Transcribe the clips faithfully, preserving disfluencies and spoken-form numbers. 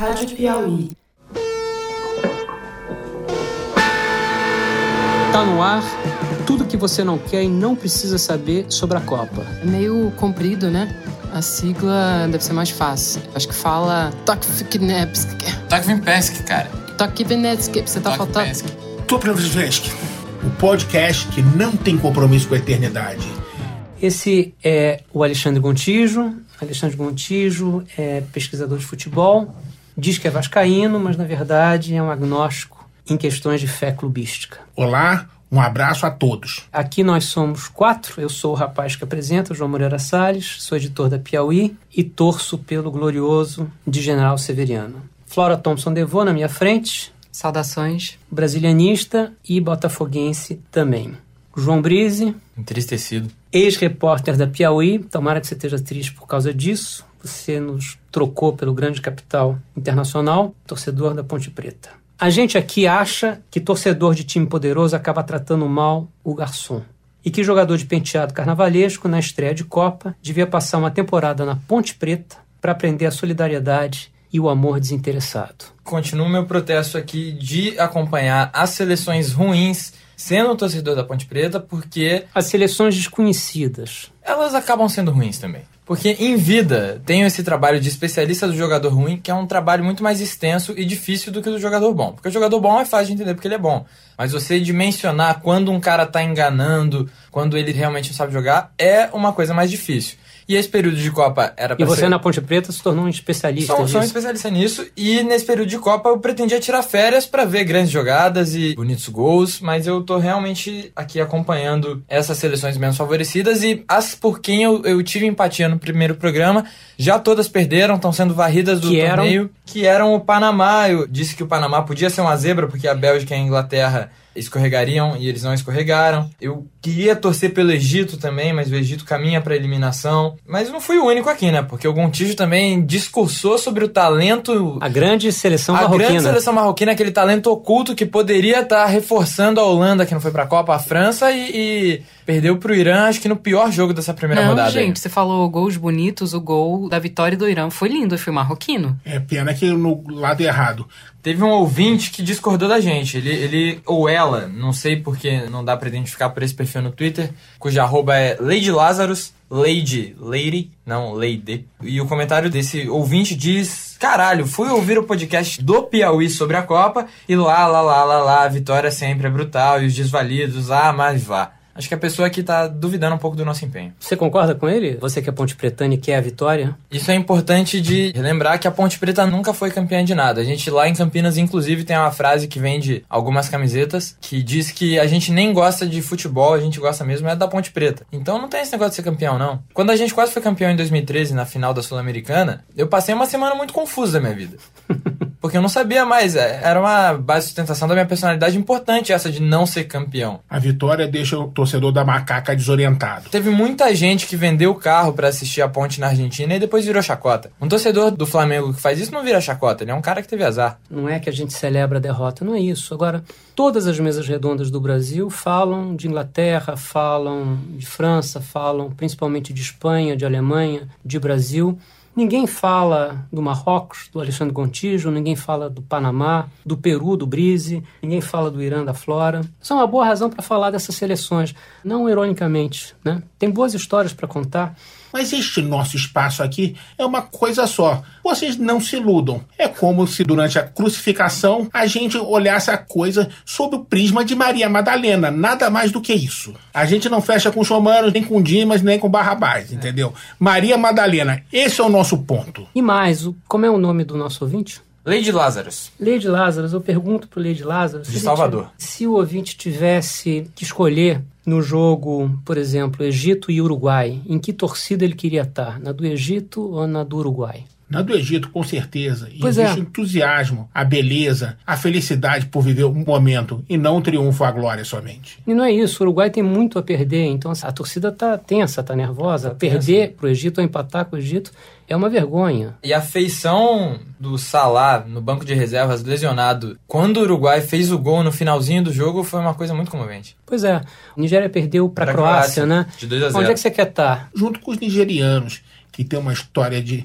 Rádio Piauí. Tá no ar tudo que você não quer e não precisa saber sobre a Copa. É meio comprido, né? A sigla deve ser mais fácil. Acho que fala Tokvnepsk. Tokvnepsk, cara. Tokvnepsk, você tá faltando. Tokvnepsk, o podcast que não tem compromisso com a eternidade. Esse é o Alexandre Gontijo. Alexandre Gontijo é pesquisador de futebol, diz que é vascaíno, mas na verdade é um agnóstico em questões de fé clubística. Olá, um abraço a todos. Aqui nós somos quatro. Eu sou o rapaz que apresenta, João Moreira Salles, sou editor da Piauí e torço pelo glorioso de General Severiano. Flora Thompson Devô na minha frente. Saudações. Brasilianista e botafoguense também. João Brise. Entristecido. Ex-repórter da Piauí. Tomara que você esteja triste por causa disso. Você nos trocou pelo grande capital internacional. Torcedor da Ponte Preta. A gente aqui acha que torcedor de time poderoso acaba tratando mal o garçom. E que jogador de penteado carnavalesco, na estreia de Copa, devia passar uma temporada na Ponte Preta para aprender a solidariedade e o amor desinteressado. Continuo meu protesto aqui de acompanhar as seleções ruins sendo um torcedor da Ponte Preta, porque as seleções desconhecidas, elas acabam sendo ruins também. Porque em vida tenho esse trabalho de especialista do jogador ruim, que é um trabalho muito mais extenso e difícil do que o do jogador bom. Porque o jogador bom é fácil de entender porque ele é bom. Mas você dimensionar quando um cara tá enganando, quando ele realmente não sabe jogar, é uma coisa mais difícil. E esse período de Copa era pra E você ser... na Ponte Preta se tornou um especialista Sou, nisso. sou um especialista nisso. E nesse período de Copa eu pretendia tirar férias pra ver grandes jogadas e bonitos gols. Mas eu tô realmente aqui acompanhando essas seleções menos favorecidas. E as por quem eu, eu tive empatia no primeiro programa, já todas perderam, estão sendo varridas do que torneio. Eram... Que eram o Panamá. Eu disse que o Panamá podia ser uma zebra, porque a Bélgica e a Inglaterra escorregariam e eles não escorregaram. Eu queria torcer pelo Egito também, mas o Egito caminha para eliminação. Mas não fui o único aqui, né? Porque o Gontijo também discursou sobre o talento... A grande seleção a marroquina. A grande seleção marroquina, aquele talento oculto que poderia estar reforçando a Holanda, que não foi pra Copa, a França, e, e perdeu pro Irã, acho que no pior jogo dessa primeira não, rodada. Gente, aí. Você falou gols bonitos, o gol da vitória do Irã foi lindo, foi marroquino. É pena que no lado errado. Teve um ouvinte que discordou da gente. Ele, ele ou ela, não sei porque não dá pra identificar por esse perfil no Twitter, cuja arroba é Lady Lazarus, Lady, Lady, não, Lady. E o comentário desse ouvinte diz: caralho, fui ouvir o podcast do Piauí sobre a Copa e lá, lá, lá, lá, lá, a vitória sempre é brutal e os desvalidos, ah, mas vá. Acho que a pessoa aqui tá duvidando um pouco do nosso empenho. Você concorda com ele? Você que é Ponte Pretana e quer a vitória? Isso é importante de lembrar que a Ponte Preta nunca foi campeã de nada. A gente lá em Campinas, inclusive, tem uma frase que vende algumas camisetas que diz que a gente nem gosta de futebol, a gente gosta mesmo é da Ponte Preta. Então não tem esse negócio de ser campeão, não. Quando a gente quase foi campeão em dois mil e treze, na final da Sul-Americana, eu passei uma semana muito confusa da minha vida. Porque eu não sabia mais, era uma base de sustentação da minha personalidade importante essa de não ser campeão. A vitória deixa o torcedor da macaca desorientado. Teve muita gente que vendeu o carro pra assistir a Ponte na Argentina e depois virou chacota. Um torcedor do Flamengo que faz isso não vira chacota, ele é um cara que teve azar. Não é que a gente celebra a derrota, não é isso. Agora, todas as mesas redondas do Brasil falam de Inglaterra, falam de França, falam principalmente de Espanha, de Alemanha, de Brasil. Ninguém fala do Marrocos, do Alexandre Gontijo, ninguém fala do Panamá, do Peru, do Brise, ninguém fala do Irã, da Flora. Isso é uma boa razão para falar dessas seleções, não ironicamente, né? Tem boas histórias para contar. Mas este nosso espaço aqui é uma coisa só. Vocês não se iludam. É como se durante a crucificação a gente olhasse a coisa sob o prisma de Maria Madalena. Nada mais do que isso. A gente não fecha com Chomanos, nem com Dimas, nem com Barrabás, entendeu? Maria Madalena, esse é o nosso ponto. E mais, como é o nome do nosso ouvinte? Lady Lazarus. Lady Lazarus, eu pergunto pro Lady Lazarus... De Salvador. Se o ouvinte tivesse que escolher no jogo, por exemplo, Egito e Uruguai, em que torcida ele queria estar? Na do Egito ou na do Uruguai? Na do Egito, com certeza. E pois existe é. o entusiasmo, a beleza, a felicidade por viver um momento e não um triunfo à glória somente. E não é isso, o Uruguai tem muito a perder, então a torcida tá tensa, tá nervosa. Tá perder tensa. pro Egito ou empatar com o Egito é uma vergonha. E a feição do Salah no banco de reservas, lesionado, quando o Uruguai fez o gol no finalzinho do jogo, foi uma coisa muito comovente. Pois é, a Nigéria perdeu para a Pra Croácia, Croácia, né? de dois a zero. Onde é que você quer estar? Junto com os nigerianos, que tem uma história de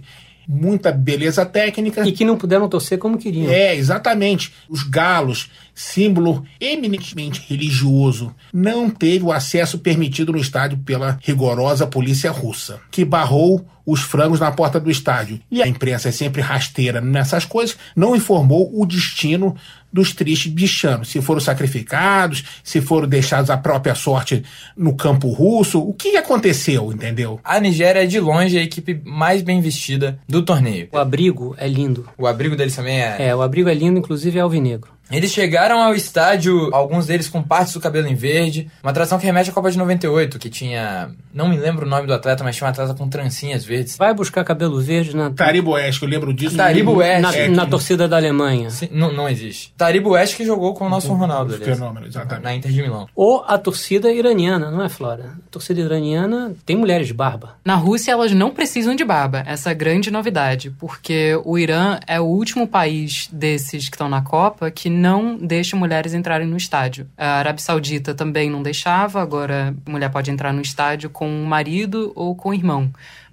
muita beleza técnica. E que não puderam torcer como queriam. É, exatamente. Os galos, símbolo eminentemente religioso, não teve o acesso permitido no estádio pela rigorosa polícia russa, que barrou os frangos na porta do estádio. E a imprensa é sempre rasteira nessas coisas, não informou o destino dos tristes bichanos, se foram sacrificados, se foram deixados à própria sorte no campo russo, o que aconteceu, entendeu? A Nigéria é de longe a equipe mais bem vestida do torneio. O abrigo é lindo. O abrigo deles também é... É, o abrigo é lindo, inclusive é alvinegro. Eles chegaram ao estádio, alguns deles com partes do cabelo em verde, uma atração que remete à Copa de noventa e oito, que tinha... Não me lembro o nome do atleta, mas tinha uma atleta com trancinhas verdes. Vai buscar cabelo verde na... Taribo West, eu lembro disso. Taribo West. Na, é, na que... torcida da Alemanha. Sim, não, não existe. Taribo West que jogou com o nosso um, Ronaldo, um aliás. Fenômeno, exatamente. Na Inter de Milão. Ou a torcida iraniana, não é, Flora? A torcida iraniana tem mulheres de barba. Na Rússia, elas não precisam de barba. Essa é a grande novidade, porque o Irã é o último país desses que estão na Copa que não deixa mulheres entrarem no estádio. A Arábia Saudita também não deixava, agora a mulher pode entrar no estádio com o marido ou com o irmão.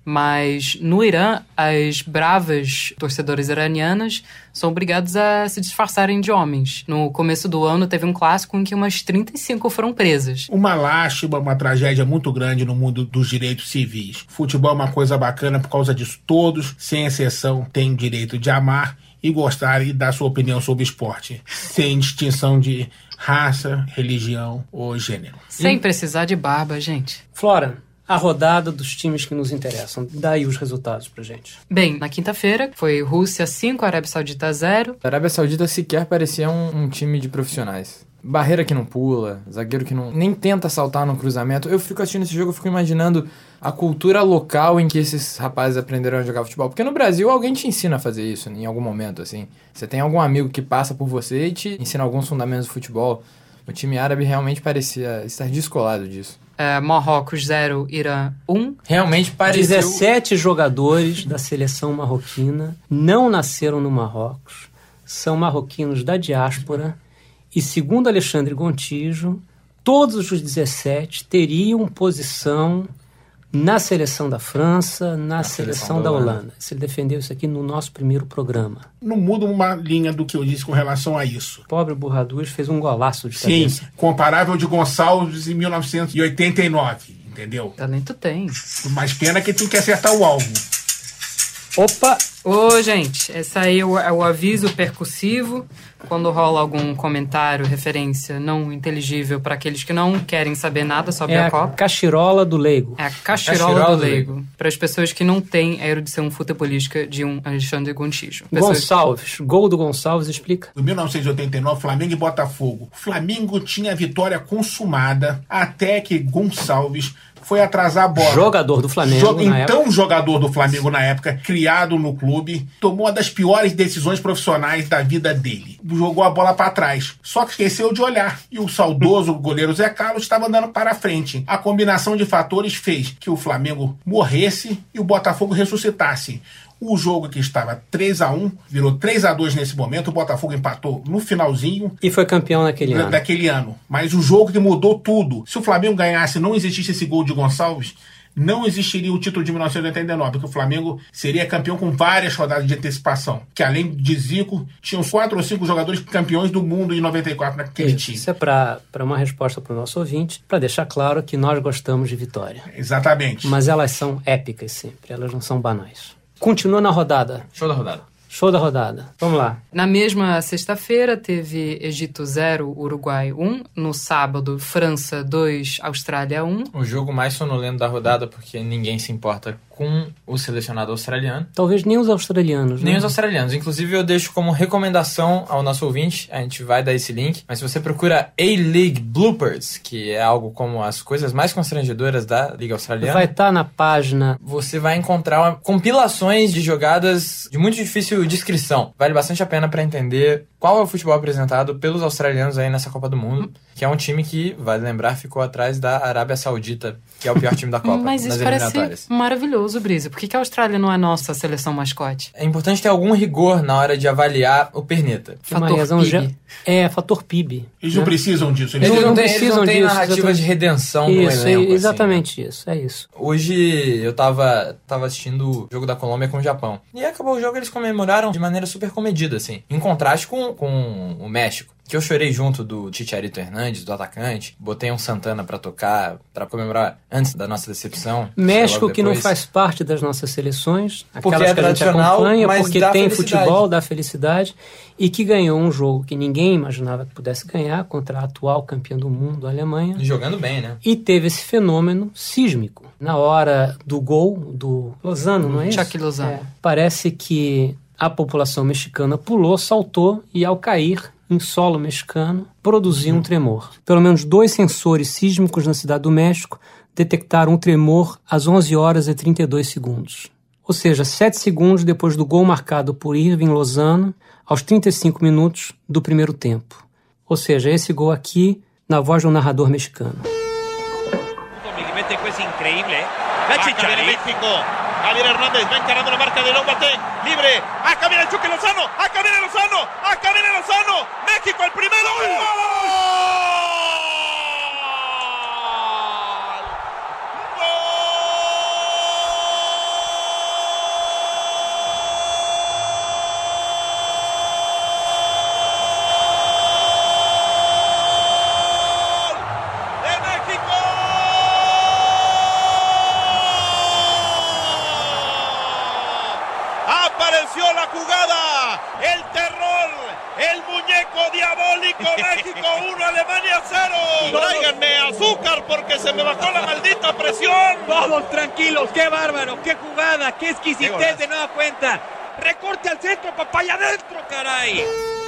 Mas no Irã, as bravas torcedoras iranianas são obrigadas a se disfarçarem de homens. No começo do ano, teve um clássico em que umas trinta e cinco foram presas. Uma lástima, uma tragédia muito grande no mundo dos direitos civis. Futebol é uma coisa bacana por causa disso. Todos, sem exceção, têm o direito de amar e gostar e dar sua opinião sobre esporte, sem distinção de raça, religião ou gênero. Sem e... precisar de barba, gente. Flora, a rodada dos times que nos interessam. Dá aí os resultados pra gente. Bem, na quinta-feira foi Rússia cinco, Arábia Saudita zero. A Arábia Saudita sequer parecia um, um time de profissionais. Barreira que não pula, zagueiro que não nem tenta saltar no cruzamento. Eu fico assistindo esse jogo, eu fico imaginando a cultura local em que esses rapazes aprenderam a jogar futebol. Porque no Brasil alguém te ensina a fazer isso em algum momento, assim. Você tem algum amigo que passa por você e te ensina alguns fundamentos do futebol. O time árabe realmente parecia estar descolado disso. É, Marrocos zero, Irã um. Realmente pareceu... dezessete jogadores da seleção marroquina não nasceram no Marrocos, são marroquinos da diáspora e, segundo Alexandre Gontijo, todos os dezessete teriam posição na seleção da França, na, na seleção, seleção da Holanda. Holanda. Ele defendeu isso aqui no nosso primeiro programa. Não muda uma linha do que eu disse com relação a isso. O pobre Burraduas fez um golaço de Sim, cabeça. Comparável de Gonçalves em mil novecentos e oitenta e nove, entendeu? Talento tem. Mas pena que tem que acertar o alvo. Opa! Ô, gente, esse aí é o, é o aviso percussivo. Quando rola algum comentário, referência não inteligível para aqueles que não querem saber nada sobre é a, a Copa. cachirola do leigo. É a cachirola, cachirola do leigo. Para as pessoas que não têm a erudição futebolística de um Alexandre Gontijo. Pessoas... Gonçalves, gol do Gonçalves, explica. Em mil novecentos e oitenta e nove, Flamengo e Botafogo. O Flamengo tinha a vitória consumada até que Gonçalves foi atrasar a bola. Jogador do Flamengo Jo- na Então, época. jogador do Flamengo na época, criado no clube, tomou uma das piores decisões profissionais da vida dele. Jogou a bola para trás. Só que esqueceu de olhar. E o saudoso goleiro Zé Carlos estava andando para frente. A combinação de fatores fez que o Flamengo morresse e o Botafogo ressuscitasse. O jogo que estava três a um virou três a dois nesse momento. O Botafogo empatou no finalzinho. E foi campeão naquele da, ano. Daquele ano. Mas o jogo que mudou tudo. Se o Flamengo ganhasse e não existisse esse gol de Gonçalves, não existiria o título de mil novecentos e oitenta e nove, porque o Flamengo seria campeão com várias rodadas de antecipação. Que além de Zico, tinham uns quatro ou cinco jogadores campeões do mundo em noventa e quatro naquele Isso, time. isso é para uma resposta para o nosso ouvinte, para deixar claro que nós gostamos de vitória. Exatamente. Mas elas são épicas sempre, elas não são banais. Continua na rodada. Show da rodada. Show da rodada. Vamos lá. Na mesma sexta-feira, teve Egito zero, Uruguai um. No sábado, França dois, Austrália um. O jogo mais sonolento da rodada, porque ninguém se importa com o selecionado australiano. Talvez nem os australianos, né? Nem os australianos. Inclusive, eu deixo como recomendação ao nosso ouvinte, a gente vai dar esse link, mas se você procura A-League Bloopers, que é algo como as coisas mais constrangedoras da Liga Australiana, vai estar tá na página. Você vai encontrar compilações de jogadas de muito difícil meio discrição. Vale bastante a pena para entender qual é o futebol apresentado pelos australianos aí nessa Copa do Mundo, que é um time que, vale lembrar, ficou atrás da Arábia Saudita, que é o pior time da Copa. Mas nas isso eliminatórias. Parece maravilhoso, Brise. Por que, que a Austrália não é nossa seleção mascote? É importante ter algum rigor na hora de avaliar o perneta. Fator razão, P I B. É, fator P I B. Eles não né? precisam disso. Eles, Eles não, não têm, precisam eles não têm disso, narrativa exatamente. de redenção Isso, no elenco. exatamente assim, isso, é isso. Hoje eu tava, tava assistindo o jogo da Colômbia com o Japão. E acabou o jogo, eles comemoraram de maneira super comedida, assim. Em contraste com, com o México. Que eu chorei junto do Chicharito Hernández, do atacante. Botei um Santana pra tocar, pra comemorar antes da nossa decepção. México que não faz parte das nossas seleções. Porque aquelas é que a gente tradicional, acompanha, mas porque dá tem felicidade. futebol, dá felicidade. E que ganhou um jogo que ninguém imaginava que pudesse ganhar contra a atual campeã do mundo, a Alemanha. E jogando bem, né? E teve esse fenômeno sísmico. Na hora do gol do Lozano, não é isso? Chucky Lozano. É. Parece que a população mexicana pulou, saltou e ao cair em solo mexicano, produziu um tremor. Pelo menos dois sensores sísmicos na Cidade do México detectaram um tremor às onze horas e trinta e dois segundos. Ou seja, sete segundos depois do gol marcado por Irving Lozano, aos trinta e cinco minutos do primeiro tempo. Ou seja, esse gol aqui na voz do narrador mexicano. Questo è incredibile. Va Chicharito. México. Javier Hernández va encarando la marca de Lombate. Libre. Acá viene el Chucky Lozano. Acá viene Lozano. Acá viene Lozano. México el primero. ¡Gol! Apareció la jugada, el terror, el muñeco diabólico, México uno, Alemania cero. Tráiganme azúcar porque se me bajó la maldita presión. Todos tranquilos, qué bárbaro, qué jugada, qué exquisitez de nueva cuenta. Recorte al centro, papaya adentro, caray.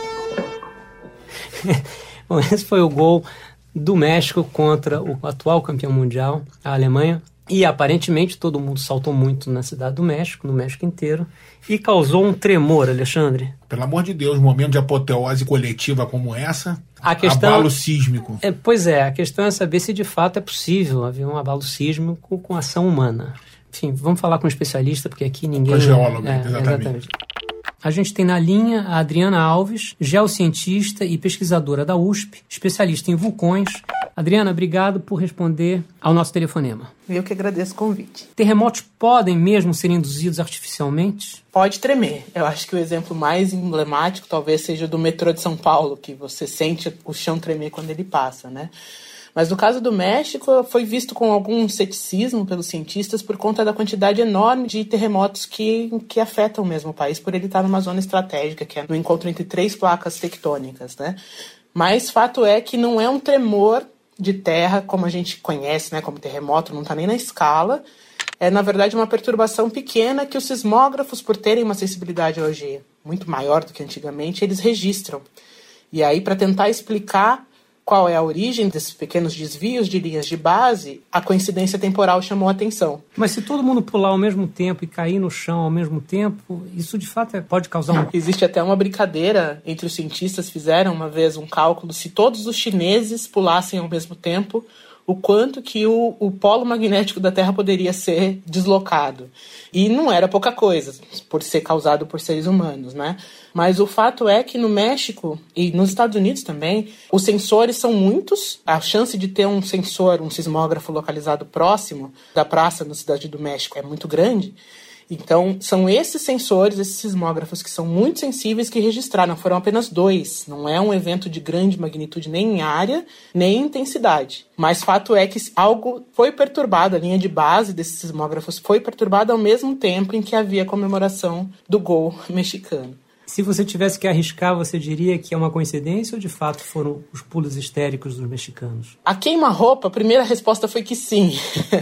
Bom, esse foi o gol do México contra o atual campeão mundial, a Alemanha. E aparentemente todo mundo saltou muito na Cidade do México, no México inteiro, e causou um tremor, Alexandre. Pelo amor de Deus, um momento de apoteose coletiva como essa, a questão, abalo sísmico. É, pois é, a questão é saber se de fato é possível haver um abalo sísmico com ação humana. Enfim, vamos falar com um especialista, porque aqui ninguém... Com a geóloga, é, exatamente. exatamente. A gente tem na linha a Adriana Alves, geocientista e pesquisadora da U S P, especialista em vulcões. Adriana, obrigado por responder ao nosso telefonema. Eu que agradeço o convite. Terremotos podem mesmo ser induzidos artificialmente? Pode tremer. Eu acho que o exemplo mais emblemático talvez seja do metrô de São Paulo, que você sente o chão tremer quando ele passa, né? Mas no caso do México, foi visto com algum ceticismo pelos cientistas por conta da quantidade enorme de terremotos que, que afetam mesmo o país, por ele estar numa zona estratégica, que é no encontro entre três placas tectônicas, né? Mas fato é que não é um tremor de terra como a gente conhece, né, como terremoto, não está nem na escala. É, na verdade, uma perturbação pequena que os sismógrafos, por terem uma sensibilidade hoje muito maior do que antigamente, eles registram. E aí, para tentar explicar qual é a origem desses pequenos desvios de linhas de base, a coincidência temporal chamou a atenção. Mas se todo mundo pular ao mesmo tempo e cair no chão ao mesmo tempo, isso de fato pode causar um... Existe até uma brincadeira entre os cientistas, fizeram uma vez um cálculo, se todos os chineses pulassem ao mesmo tempo, o quanto que o, o polo magnético da Terra poderia ser deslocado. E não era pouca coisa, por ser causado por seres humanos, né? Mas o fato é que no México e nos Estados Unidos também, os sensores são muitos. A chance de ter um sensor, um sismógrafo localizado próximo da praça na Cidade do México é muito grande. Então, são esses sensores, esses sismógrafos que são muito sensíveis que registraram. Foram apenas dois. Não é um evento de grande magnitude nem em área, nem em intensidade. Mas fato é que algo foi perturbado, a linha de base desses sismógrafos foi perturbada ao mesmo tempo em que havia a comemoração do gol mexicano. Se você tivesse que arriscar, você diria que é uma coincidência ou de fato foram os pulos histéricos dos mexicanos? A queima-roupa, a primeira resposta foi que sim.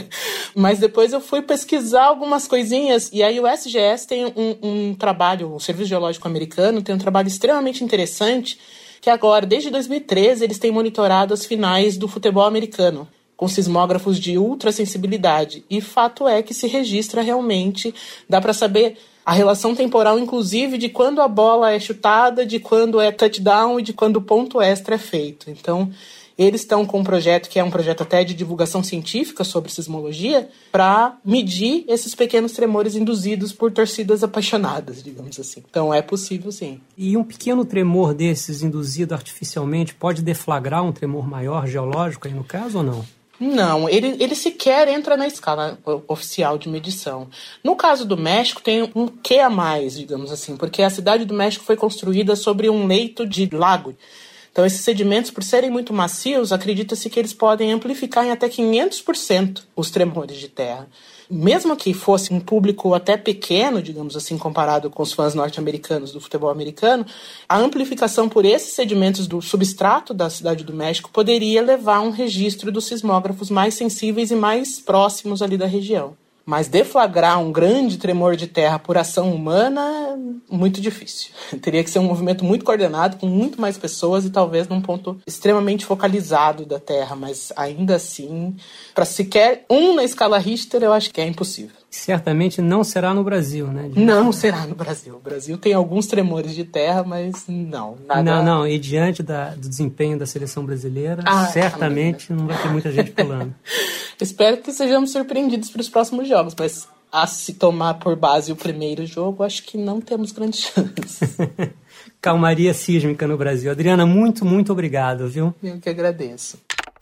Mas depois eu fui pesquisar algumas coisinhas e aí o S G S tem um, um trabalho, o Serviço Geológico Americano tem um trabalho extremamente interessante que agora, desde dois mil e treze, eles têm monitorado as finais do futebol americano com sismógrafos de ultrassensibilidade. E fato é que se registra realmente, dá para saber a relação temporal, inclusive, de quando a bola é chutada, de quando é touchdown e de quando o ponto extra é feito. Então, eles estão com um projeto que é um projeto até de divulgação científica sobre sismologia para medir esses pequenos tremores induzidos por torcidas apaixonadas, digamos assim. Então, é possível, sim. E um pequeno tremor desses induzido artificialmente pode deflagrar um tremor maior geológico aí no caso ou não? Não, ele, ele sequer entra na escala oficial de medição. No caso do México, tem um quê a mais, digamos assim, porque a cidade do México foi construída sobre um leito de lago. Então, esses sedimentos, por serem muito macios, acredita-se que eles podem amplificar em até quinhentos por cento os tremores de terra. Mesmo que fosse um público até pequeno, digamos assim, comparado com os fãs norte-americanos do futebol americano, a amplificação por esses sedimentos do substrato da Cidade do México poderia levar a um registro dos sismógrafos mais sensíveis e mais próximos ali da região. Mas deflagrar um grande tremor de terra por ação humana é muito difícil. Teria que ser um movimento muito coordenado, com muito mais pessoas e talvez num ponto extremamente focalizado da Terra. Mas ainda assim, para sequer um na escala Richter, eu acho que é impossível. Certamente não será no Brasil, né? De... Não será no Brasil. O Brasil tem alguns tremores de terra, mas não. Nada... Não, não. E diante da, do desempenho da seleção brasileira, ah, certamente também. Não vai ter muita gente pulando. Espero que sejamos surpreendidos para os próximos jogos, mas a se tomar por base o primeiro jogo, acho que não temos grandes chances. Calmaria sísmica no Brasil. Adriana, muito, muito obrigado, viu? Eu que agradeço.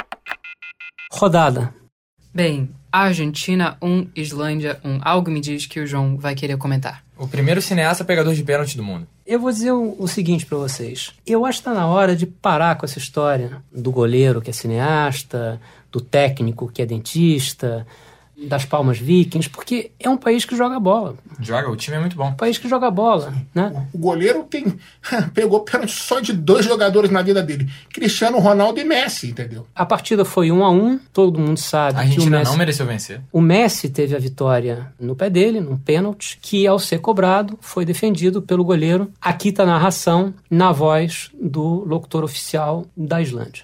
Rodada. Bem, Argentina um, Islândia um. Algo me diz que o João vai querer comentar. O primeiro cineasta pegador de pênalti do mundo. Eu vou dizer o, o seguinte pra vocês. Eu acho que tá na hora de parar com essa história do goleiro que é cineasta, do técnico que é dentista, das Palmas Vikings, porque é um país que joga bola. Joga, o time é muito bom. Um país que joga bola, né? O goleiro tem pegou pênalti só de dois jogadores na vida dele, Cristiano Ronaldo e Messi, entendeu? A partida foi um a um, todo mundo sabe a que Argentina o Messi não mereceu vencer. O Messi teve a vitória no pé dele, num pênalti, que ao ser cobrado foi defendido pelo goleiro. Aqui tá a narração na voz do locutor oficial da Islândia.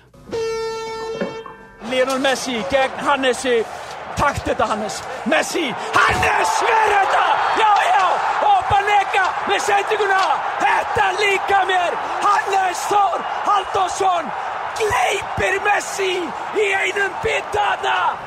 Lionel Messi gegn Hannesi. Takk þetta Hannes. Messi. Hannes ver þetta. Já, já. Og Banega með sendinguna. Þetta líka mér. Hannes Þór Halldórsson gleypir Messi í einum pitana.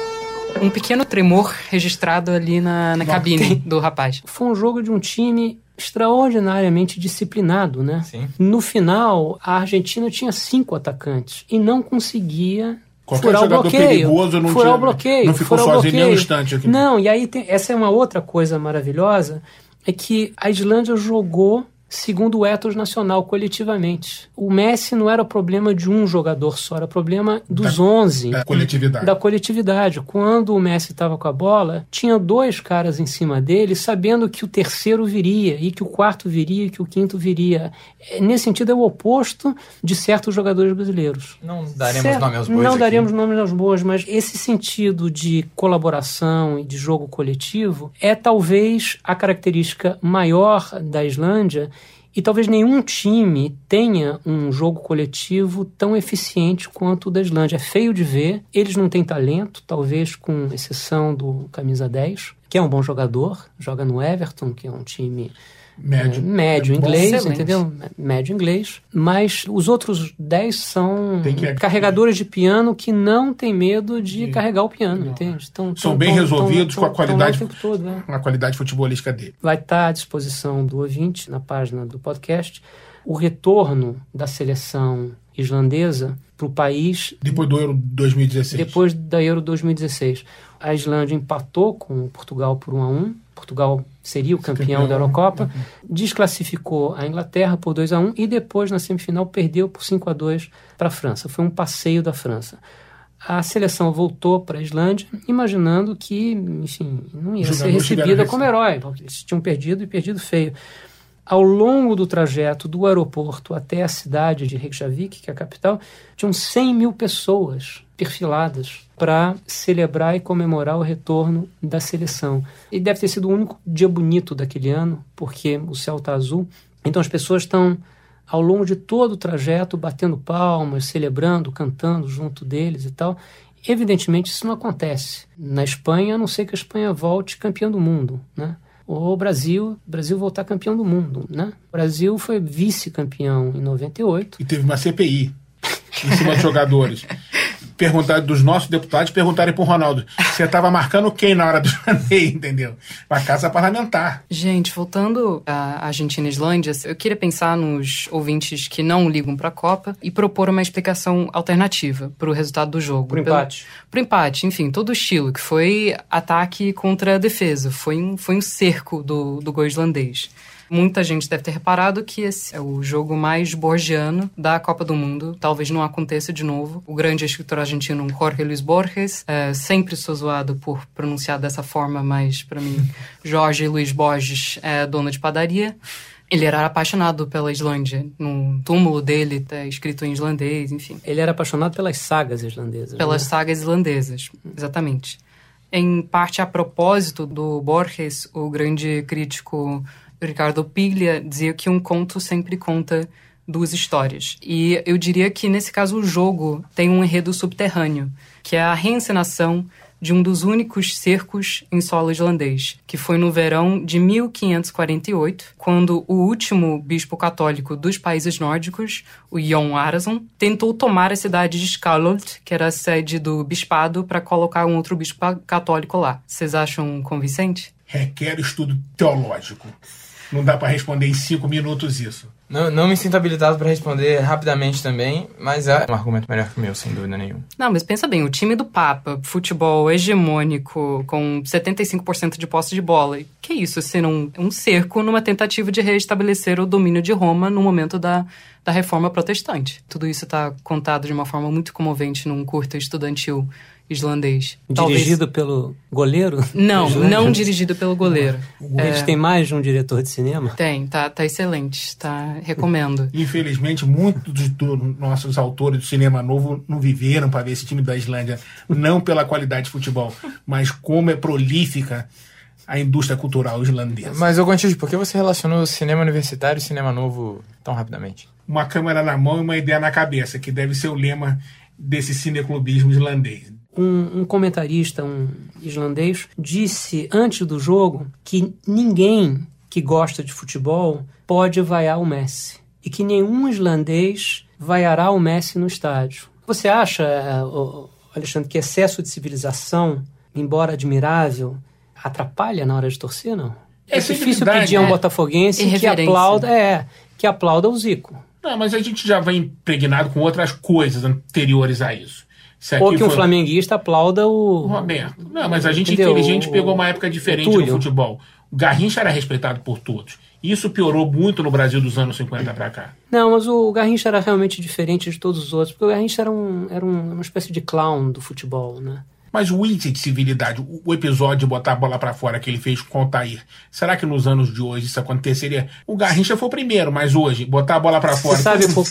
Um pequeno tremor registrado ali na, na cabine do rapaz. Foi um jogo de um time extraordinariamente disciplinado, né? Sim. No final, a Argentina tinha cinco atacantes e não conseguia Qualquer furar o bloqueio, perigoso não, furar tinha, o bloqueio, não ficou furar sozinho o nem um instante aqui. Não, e aí tem, essa é uma outra coisa maravilhosa, é que a Islândia jogou segundo o ethos nacional, coletivamente. O Messi não era problema de um jogador só, era problema dos da, onze. Da coletividade. Da coletividade. Quando o Messi estava com a bola, tinha dois caras em cima dele, sabendo que o terceiro viria, e que o quarto viria, e que o quinto viria. Nesse sentido, é o oposto de certos jogadores brasileiros. Não daremos certo, nome aos bois Não aqui. daremos nome aos bois, mas esse sentido de colaboração e de jogo coletivo é talvez a característica maior da Islândia. E talvez nenhum time tenha um jogo coletivo tão eficiente quanto o da Islândia. É feio de ver, eles não têm talento, talvez com exceção do camisa dez, que é um bom jogador, joga no Everton, que é um time médio, é, médio é inglês, excelente. entendeu? Médio inglês. Mas os outros dez são que... carregadores de piano que não têm medo de e... carregar o piano, não. entende? Então, são tão, bem tão, resolvidos tão, com a qualidade, tão, tão todo, né? a qualidade futebolística dele. Vai estar à disposição do ouvinte, na página do podcast, o retorno da seleção islandesa para o país... Depois do Euro dois mil e dezesseis. Depois da Euro dois mil e dezesseis. A Islândia empatou com Portugal por um a um. Portugal seria o campeão, campeão da Eurocopa. Uhum. Desclassificou a Inglaterra por dois a um e depois, na semifinal, perdeu por cinco a dois para a França. Foi um passeio da França. A seleção voltou para a Islândia, imaginando que, enfim, não ia ser recebida como herói. Eles tinham perdido e perdido feio. Ao longo do trajeto do aeroporto até a cidade de Reykjavik, que é a capital, tinham cem mil pessoas perfiladas para celebrar e comemorar o retorno da seleção. E deve ter sido o único dia bonito daquele ano, porque o céu está azul. Então as pessoas estão, ao longo de todo o trajeto, batendo palmas, celebrando, cantando junto deles e tal. Evidentemente isso não acontece na Espanha, a não ser que a Espanha volte campeã do mundo, né? o Brasil, o Brasil voltar campeão do mundo, né? O Brasil foi vice-campeão em noventa e oito. E teve uma C P I em cima dos jogadores. Perguntar dos nossos deputados, perguntarem pro Ronaldo, você estava marcando quem na hora do janeiro, entendeu? Uma casa parlamentar. Gente, voltando à Argentina e Islândia, eu queria pensar nos ouvintes que não ligam para a Copa e propor uma explicação alternativa para o resultado do jogo. Pro empate. Pelo, pro empate, enfim, todo o estilo, que foi ataque contra a defesa. Foi um, foi um cerco do, do gol islandês. Muita gente deve ter reparado que esse é o jogo mais borgiano da Copa do Mundo. Talvez não aconteça de novo. O grande escritor argentino Jorge Luis Borges, é, sempre sou zoado por pronunciar dessa forma, mas para mim, Jorge Luis Borges é dono de padaria. Ele era apaixonado pela Islândia. No túmulo dele tá escrito em islandês, enfim. Ele era apaixonado pelas sagas islandesas. Pelas né? sagas islandesas, exatamente. Em parte, a propósito do Borges, o grande crítico Ricardo Piglia dizia que um conto sempre conta duas histórias. E eu diria que, nesse caso, o jogo tem um enredo subterrâneo, que é a reencenação de um dos únicos cercos em solo islandês, que foi no verão de mil quinhentos e quarenta e oito, quando o último bispo católico dos países nórdicos, o Jón Arason, tentou tomar a cidade de Skálholt, que era a sede do bispado, para colocar um outro bispo católico lá. Vocês acham convincente? Requer estudo teológico. Não dá para responder em cinco minutos isso. Não, não me sinto habilitado para responder rapidamente também, mas é um argumento melhor que o meu, sem dúvida nenhuma. Não, mas pensa bem, o time do Papa, futebol hegemônico, com setenta e cinco por cento de posse de bola, que isso, se não um cerco numa tentativa de reestabelecer o domínio de Roma no momento da, da reforma protestante. Tudo isso está contado de uma forma muito comovente num curta estudantil islandês. Dirigido Talvez... pelo goleiro? Não, não dirigido pelo goleiro. Eles é... têm mais de um diretor de cinema? Tem, tá, tá excelente, tá, recomendo. Infelizmente, muitos dos nossos autores do cinema novo não viveram para ver esse time da Islândia, não pela qualidade de futebol, mas como é prolífica a indústria cultural islandesa. Mas, ô Gontijo, por que você relacionou o cinema universitário e o cinema novo tão rapidamente? Uma câmera na mão e uma ideia na cabeça, que deve ser o lema desse cineclubismo islandês. Um, um comentarista, um islandês, disse antes do jogo que ninguém que gosta de futebol pode vaiar o Messi. E que nenhum islandês vaiará o Messi no estádio. Você acha, Alexandre, que excesso de civilização, embora admirável, atrapalha na hora de torcer, não? É, é difícil pedir a um é. botafoguense que aplauda, é, que aplauda o Zico. Não, mas a gente já vem impregnado com outras coisas anteriores a isso. Ou que um foi... flamenguista aplauda o... o Roberto. Não, mas a gente, entendeu? Infelizmente, pegou uma época diferente no futebol. O Garrincha era respeitado por todos. Isso piorou muito no Brasil dos anos cinquenta pra cá. Não, mas o Garrincha era realmente diferente de todos os outros, porque o Garrincha era, um, era um, uma espécie de clown do futebol, né? Mas o índice de civilidade, o episódio de botar a bola pra fora que ele fez com o Altair, será que nos anos de hoje isso aconteceria? O Garrincha foi o primeiro, mas hoje, botar a bola pra fora... Você sabe, pô...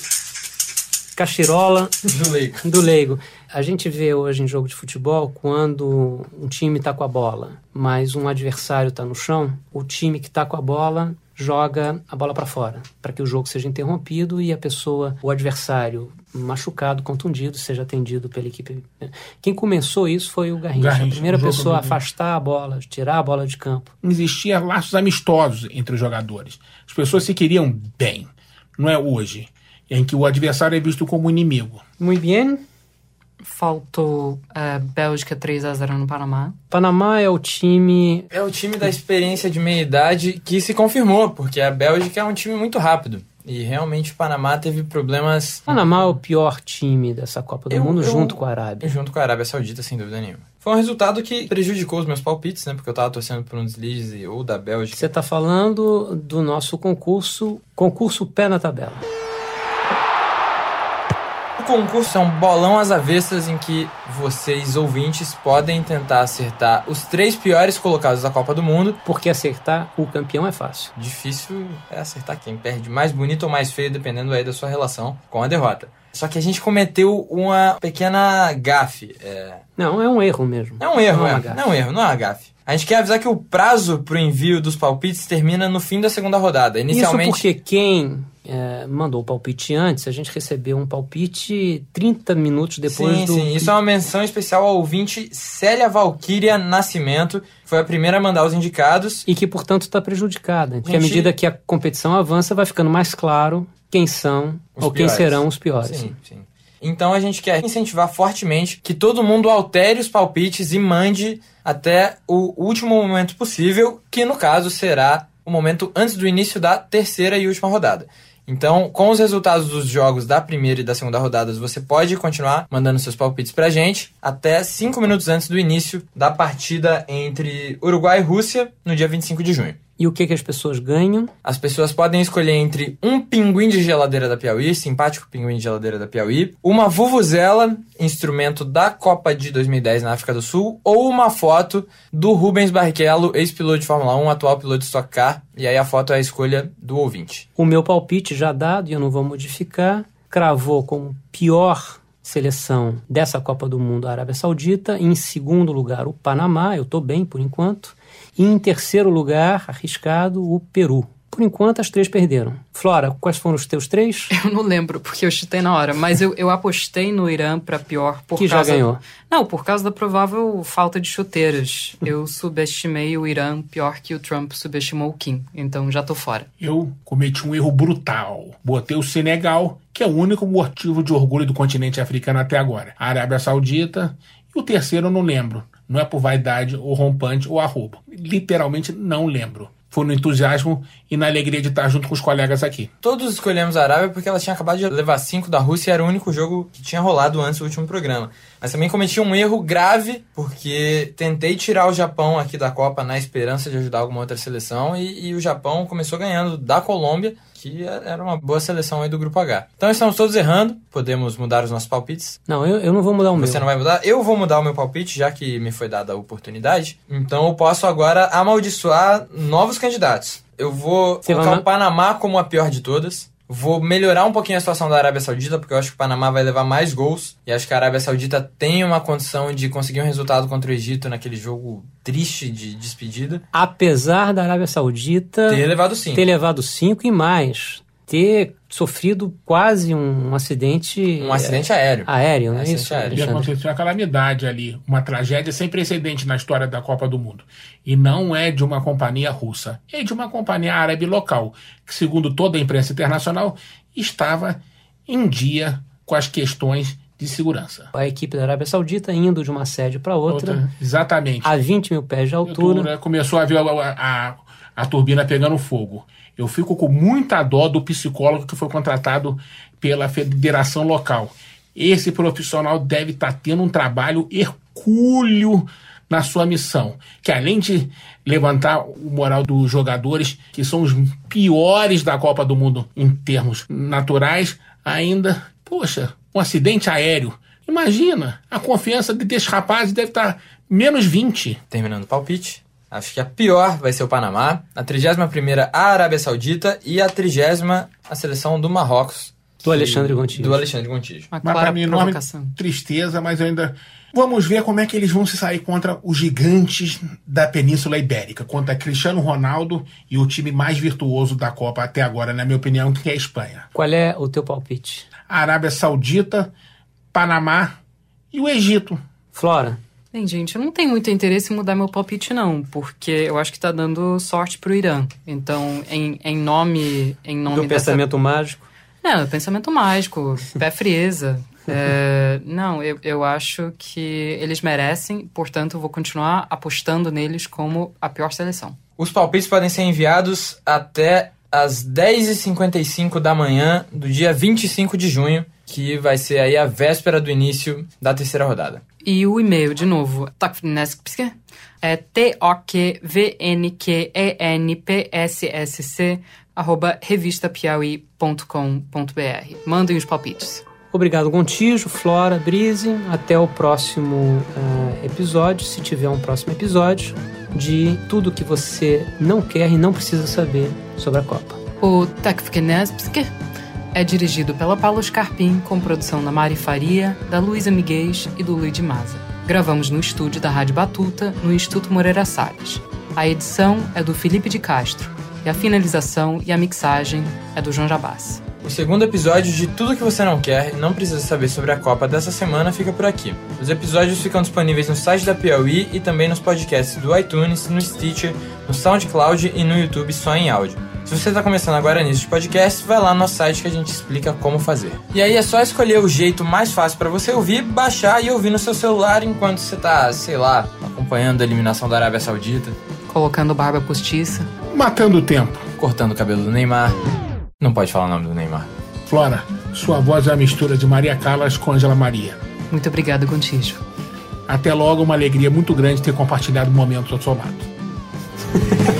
Cachirola do leigo. do leigo. A gente vê hoje em jogo de futebol, quando um time está com a bola, mas um adversário está no chão, o time que está com a bola joga a bola para fora, para que o jogo seja interrompido e a pessoa, o adversário machucado, contundido, seja atendido pela equipe. Quem começou isso foi o Garrincha. Garrincha a primeira pessoa a afastar a bola, tirar a bola de campo. Existia laços amistosos entre os jogadores. As pessoas se queriam bem. Não é hoje, em que o adversário é visto como inimigo. Muito bem. Faltou a Bélgica três a zero no Panamá. Panamá é o time... É o time da experiência de meia-idade que se confirmou, porque a Bélgica é um time muito rápido. E realmente o Panamá teve problemas... Panamá é o pior time dessa Copa do eu, Mundo, eu, junto com a Arábia. Junto com a Arábia Saudita, sem dúvida nenhuma. Foi um resultado que prejudicou os meus palpites, né? Porque eu tava torcendo por um deslize ou da Bélgica. Você tá falando do nosso concurso, concurso pé na tabela. O concurso é um bolão às avessas em que vocês, ouvintes, podem tentar acertar os três piores colocados da Copa do Mundo. Porque acertar o campeão é fácil. Difícil é acertar quem perde mais bonito ou mais feio, dependendo aí da sua relação com a derrota. Só que a gente cometeu uma pequena gafe. É... Não, é um erro mesmo. É um erro, não é, é, não é um erro, não é uma gafe. A gente quer avisar que o prazo pro envio dos palpites termina no fim da segunda rodada. Inicialmente... Isso porque quem... é, mandou o palpite antes, a gente recebeu um palpite trinta minutos depois sim, do... Sim, isso é uma menção especial ao ouvinte Célia Valquíria Nascimento, que foi a primeira a mandar os indicados. E que, portanto, está prejudicada. Porque gente... à medida que a competição avança, vai ficando mais claro quem são os ou piores. quem serão os piores. Sim, sim. Então a gente quer incentivar fortemente que todo mundo altere os palpites e mande até o último momento possível, que no caso será o momento antes do início da terceira e última rodada. Então, com os resultados dos jogos da primeira e da segunda rodadas, você pode continuar mandando seus palpites pra gente até cinco minutos antes do início da partida entre Uruguai e Rússia, no dia vinte e cinco de junho. E o que, que as pessoas ganham? As pessoas podem escolher entre um pinguim de geladeira da Piauí, simpático pinguim de geladeira da Piauí, uma vuvuzela, instrumento da Copa de dois mil e dez na África do Sul, ou uma foto do Rubens Barrichello, ex-piloto de Fórmula um, atual piloto de Stock Car, e aí a foto é a escolha do ouvinte. O meu palpite já dado, e eu não vou modificar, cravou como pior seleção dessa Copa do Mundo a Arábia Saudita, em segundo lugar o Panamá, eu estou bem por enquanto, e em terceiro lugar, arriscado, o Peru. Por enquanto, as três perderam. Flora, quais foram os teus três? Eu não lembro, porque eu chutei na hora, mas eu, eu apostei no Irã para pior por que causa... já ganhou. Não, por causa da provável falta de chuteiras. Eu subestimei o Irã pior que o Trump subestimou o Kim, então já tô fora. Eu cometi um erro brutal. Botei o Senegal, que é o único motivo de orgulho do continente africano até agora. A Arábia Saudita e o terceiro eu não lembro. Não é por vaidade, ou rompante, ou arrobo. Literalmente não lembro. Foi no entusiasmo e na alegria de estar junto com os colegas aqui. Todos escolhemos a Arábia porque ela tinha acabado de levar cinco da Rússia e era o único jogo que tinha rolado antes do último programa. Mas também cometi um erro grave porque tentei tirar o Japão aqui da Copa na esperança de ajudar alguma outra seleção e, e o Japão começou ganhando da Colômbia, que era uma boa seleção aí do Grupo H. Então estamos todos errando, podemos mudar os nossos palpites. Não, eu, eu não vou mudar o meu. Você não vai mudar? Eu vou mudar o meu palpite, já que me foi dada a oportunidade. Então eu posso agora amaldiçoar novos candidatos. Eu vou Você colocar vai... o Panamá como a pior de todas. Vou melhorar um pouquinho a situação da Arábia Saudita, porque eu acho que o Panamá vai levar mais gols. E acho que a Arábia Saudita tem uma condição de conseguir um resultado contra o Egito naquele jogo triste de despedida. Apesar da Arábia Saudita ter levado cinco. Ter levado cinco e mais. Ter sofrido quase um, um acidente... Um acidente é, aéreo. Aéreo, não um é isso? E aconteceu uma calamidade ali, uma tragédia sem precedente na história da Copa do Mundo. E não é de uma companhia russa, é de uma companhia árabe local, que segundo toda a imprensa internacional, estava em dia com as questões de segurança. A equipe da Arábia Saudita indo de uma sede para outra, outra, exatamente, a vinte mil pés de altura. altura começou a ver a, a, a turbina pegando fogo. Eu fico com muita dó do psicólogo que foi contratado pela federação local. Esse profissional deve estar tendo um trabalho hercúleo na sua missão, que além de levantar o moral dos jogadores, que são os piores da Copa do Mundo em termos naturais, ainda, poxa, um acidente aéreo. Imagina, a confiança desses rapazes deve estar menos vinte. Terminando o palpite. Acho que a pior vai ser o Panamá, a trigésima primeira a Arábia Saudita e a trigésima a seleção do Marrocos. Do Alexandre Gontijo. Do Alexandre Gontijo. Uma mas para mim, enorme tristeza, mas eu ainda... Vamos ver como é que eles vão se sair contra os gigantes da Península Ibérica, contra Cristiano Ronaldo e o time mais virtuoso da Copa até agora, na minha opinião, que é a Espanha. Qual é o teu palpite? A Arábia Saudita, Panamá e o Egito. Flora? Bem, gente, eu não tenho muito interesse em mudar meu palpite, não, porque eu acho que tá dando sorte pro Irã. Então, em, em nome... Em nome do dessa... pensamento mágico? Não, pensamento mágico, pé frieza. é, não, eu, eu acho que eles merecem, portanto, eu vou continuar apostando neles como a pior seleção. Os palpites podem ser enviados até às dez e cinquenta e cinco da manhã do dia vinte e cinco de junho, que vai ser aí a véspera do início da terceira rodada. E o e-mail, de novo, takvknespsk, é T O Q V N Q E N P S S C, arroba revista piauí ponto com ponto b r. Mandem os palpites. Obrigado, Gontijo, Flora, Brise. Até o próximo uh, episódio, se tiver um próximo episódio, de tudo que você não quer e não precisa saber sobre a Copa. O takvknespsk é dirigido pela Paula Scarpim, com produção da Mari Faria, da Luísa Miguez e do Luigi Maza. Gravamos no estúdio da Rádio Batuta, no Instituto Moreira Salles. A edição é do Felipe de Castro. E a finalização e a mixagem é do João Jabassi. O segundo episódio de Tudo Que Você Não Quer e Não Precisa Saber sobre a Copa dessa semana fica por aqui. Os episódios ficam disponíveis no site da Piauí e também nos podcasts do iTunes, no Stitcher, no SoundCloud e no YouTube só em áudio. Se você está começando agora nisso de podcast, vai lá no nosso site que a gente explica como fazer. E aí é só escolher o jeito mais fácil para você ouvir, baixar e ouvir no seu celular enquanto você está, sei lá, acompanhando a eliminação da Arábia Saudita. Colocando barba postiça. Matando o tempo. Cortando o cabelo do Neymar. Não pode falar o nome do Neymar. Flora, sua voz é a mistura de Maria Callas com Ângela Maria. Muito obrigada, Gontijo. Até logo, uma alegria muito grande ter compartilhado momentos ao seu lado.